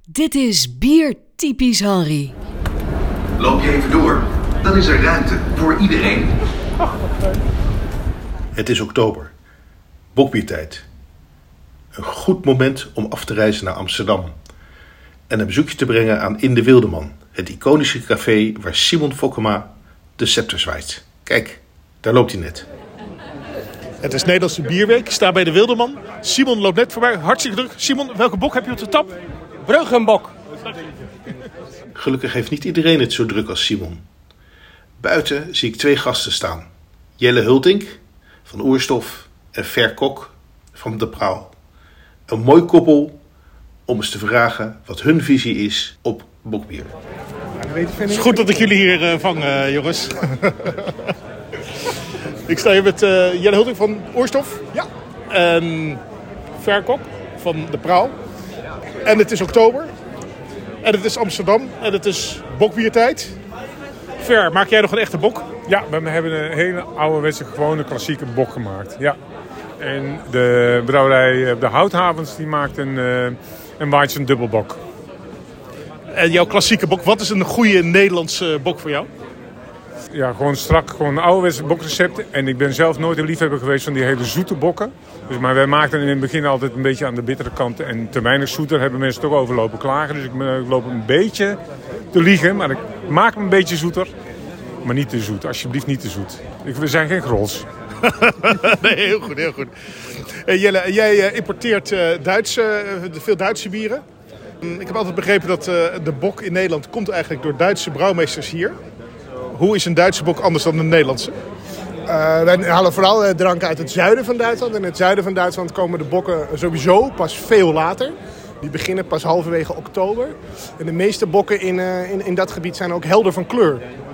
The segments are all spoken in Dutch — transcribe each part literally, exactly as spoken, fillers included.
Dit is Bier Typisch Henri. Loop je even door, dan is er ruimte voor iedereen. Het is oktober. Bokbiertijd. Een goed moment om af te reizen naar Amsterdam. En een bezoekje te brengen aan In de Wildeman. Het iconische café waar Simon Fokkema de scepter zwaait. Kijk, daar loopt hij net. Het is Nederlandse Bierweek. Ik sta bij de Wildeman. Simon loopt net voorbij. Hartstikke druk. Simon, welke bok heb je op de tap? Bruggenbok. Gelukkig heeft niet iedereen het zo druk als Simon. Buiten zie ik twee gasten staan. Jelle Hultink van Oerstof en Ver Kok van De Praal. Een mooi koppel om eens te vragen wat hun visie is op bokbier. Het is goed dat ik jullie hier uh, vang, uh, jongens. Ik sta hier met uh, Jelle Hultink van Oerstof. Ja. En Ver Kok van De Praal. En het is oktober. En het is Amsterdam. En het is bokbiertijd. Ver, maak jij nog een echte bok? Ja, we hebben een hele ouderwetse, gewone, klassieke bok gemaakt. Ja. En de brouwerij De Houthavens die maakt een, uh, een Weizen dubbelbok. En jouw klassieke bok, wat is een goede Nederlandse bok voor jou? Ja, gewoon strak, gewoon ouderwetse bokrecepten. En ik ben zelf nooit een liefhebber geweest van die hele zoete bokken. Dus, maar wij maakten in het begin altijd een beetje aan de bittere kant. En te weinig zoeter hebben mensen toch over lopen klagen. Dus ik, ik loop een beetje te liegen, maar ik maak hem een beetje zoeter. Maar niet te zoet, alsjeblieft niet te zoet. Ik, we zijn geen grols. Nee, heel goed, heel goed. Uh, Jelle, jij uh, importeert uh, Duitse, uh, veel Duitse bieren. Um, ik heb altijd begrepen dat uh, de bok in Nederland komt eigenlijk door Duitse brouwmeesters hier. Hoe is een Duitse bok anders dan een Nederlandse? Uh, wij halen vooral uh, drank uit het zuiden van Duitsland. In het zuiden van Duitsland komen de bokken sowieso pas veel later. Die beginnen pas halverwege oktober. En de meeste bokken in, uh, in, in dat gebied zijn ook helder van kleur.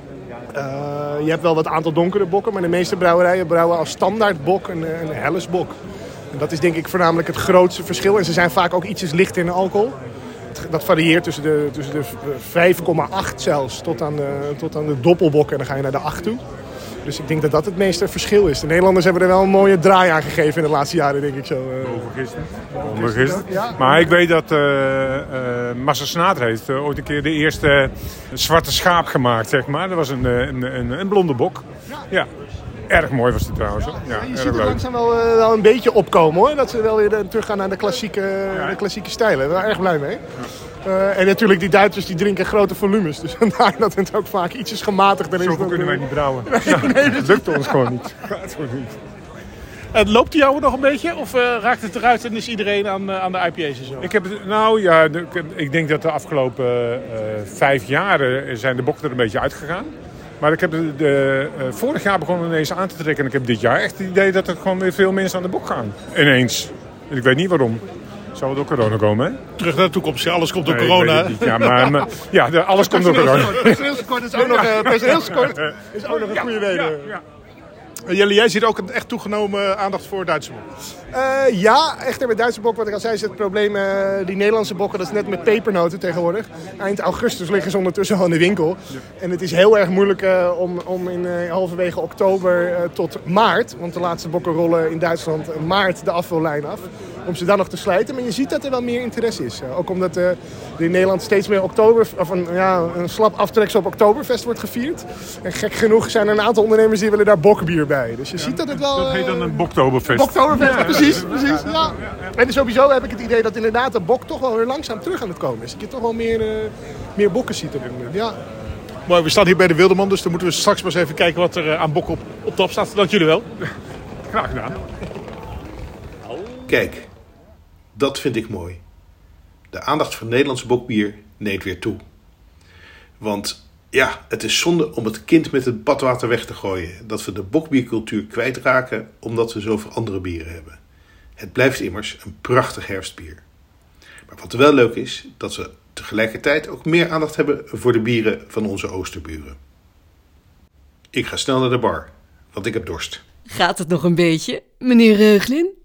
Uh, je hebt wel wat aantal donkere bokken, maar de meeste brouwerijen brouwen als standaardbok een, een hellesbok. En dat is denk ik voornamelijk het grootste verschil. En ze zijn vaak ook ietsjes lichter in de alcohol. Dat varieert tussen de, tussen de vijf komma acht zelfs tot aan de, tot aan de doppelbok en dan ga je naar de acht toe. Dus ik denk dat dat het meeste verschil is. De Nederlanders hebben er wel een mooie draai aan gegeven in de laatste jaren, denk ik zo. Onvergist. Onvergist. Ja. Maar ik weet dat uh, uh, Massa Snater heeft uh, ooit een keer de eerste zwarte schaap gemaakt, zeg maar. Dat was een, een, een, een blonde bok. Ja. Ja. Erg mooi was die trouwens. Ja, ja, je erg ziet het leuk. langzaam wel, uh, wel een beetje opkomen hoor. Dat ze wel weer uh, teruggaan naar de klassieke, ja. de klassieke stijlen. Daar ben ik erg blij mee. Ja. Uh, en natuurlijk die Duitsers die drinken grote volumes. Dus vandaar dat het ook vaak ietsjes gematigder is. Zo kunnen uh, wij niet brouwen. Ja, nee, dat lukt ons gewoon niet. Gaat gewoon niet. Uh, loopt die jou nog een beetje? Of uh, raakt het eruit en is iedereen aan, uh, aan de I P A's en zo? Ik heb het, nou ja, de, ik denk dat de afgelopen uh, vijf jaren zijn de bokken er een beetje uitgegaan. Maar ik heb de, de, uh, vorig jaar begonnen ineens aan te trekken. En ik heb dit jaar echt het idee dat er gewoon weer veel mensen aan de bok gaan. Ineens. En ik weet niet waarom. Zou het door corona komen, hè? Terug naar de toekomst. Ja, alles komt door nee, corona. Niet. Ja, maar, maar ja, de, alles komt door corona. Personeelstekort is ook nog, uh, personeelstekort is ook nog een goede reden. Ja, ja. Uh, Jelle, jij ziet ook een echt toegenomen aandacht voor Duitse bok. Uh, ja, echter met Duitse bokken, wat ik al zei, is het probleem, uh, die Nederlandse bokken, dat is net met pepernoten tegenwoordig. Eind augustus liggen ze ondertussen al in de winkel. Ja. En het is heel erg moeilijk uh, om, om in uh, halverwege oktober uh, tot maart, want de laatste bokken rollen in Duitsland uh, maart de afvullijn af, om ze dan nog te slijten. Maar je ziet dat er wel meer interesse is. Uh, ook omdat uh, er in Nederland steeds meer oktober, of een, ja, een slap aftreksel op Oktoberfest wordt gevierd. En gek genoeg zijn er een aantal ondernemers die willen daar bokbier bij. Dus je ja, ziet dat het wel... Dat heet dan een Boktoberfest. Boktoberfest, ja, precies. precies ja. En sowieso heb ik het idee dat inderdaad de bok toch wel weer langzaam terug aan het komen is. Dat je toch wel meer, uh, meer bokken ziet op dit moment. Ja. Mooi, we staan hier bij de Wildeman, dus dan moeten we straks maar eens even kijken wat er aan bokken op, op top staat. Dank jullie wel. Graag gedaan. Kijk, dat vind ik mooi. De aandacht voor Nederlands bokbier neemt weer toe. Want ja, het is zonde om het kind met het badwater weg te gooien. Dat we de bokbiercultuur kwijtraken omdat we zoveel andere bieren hebben. Het blijft immers een prachtig herfstbier. Maar wat wel leuk is, dat we tegelijkertijd ook meer aandacht hebben voor de bieren van onze oosterburen. Ik ga snel naar de bar, want ik heb dorst. Gaat het nog een beetje, meneer Reuglin?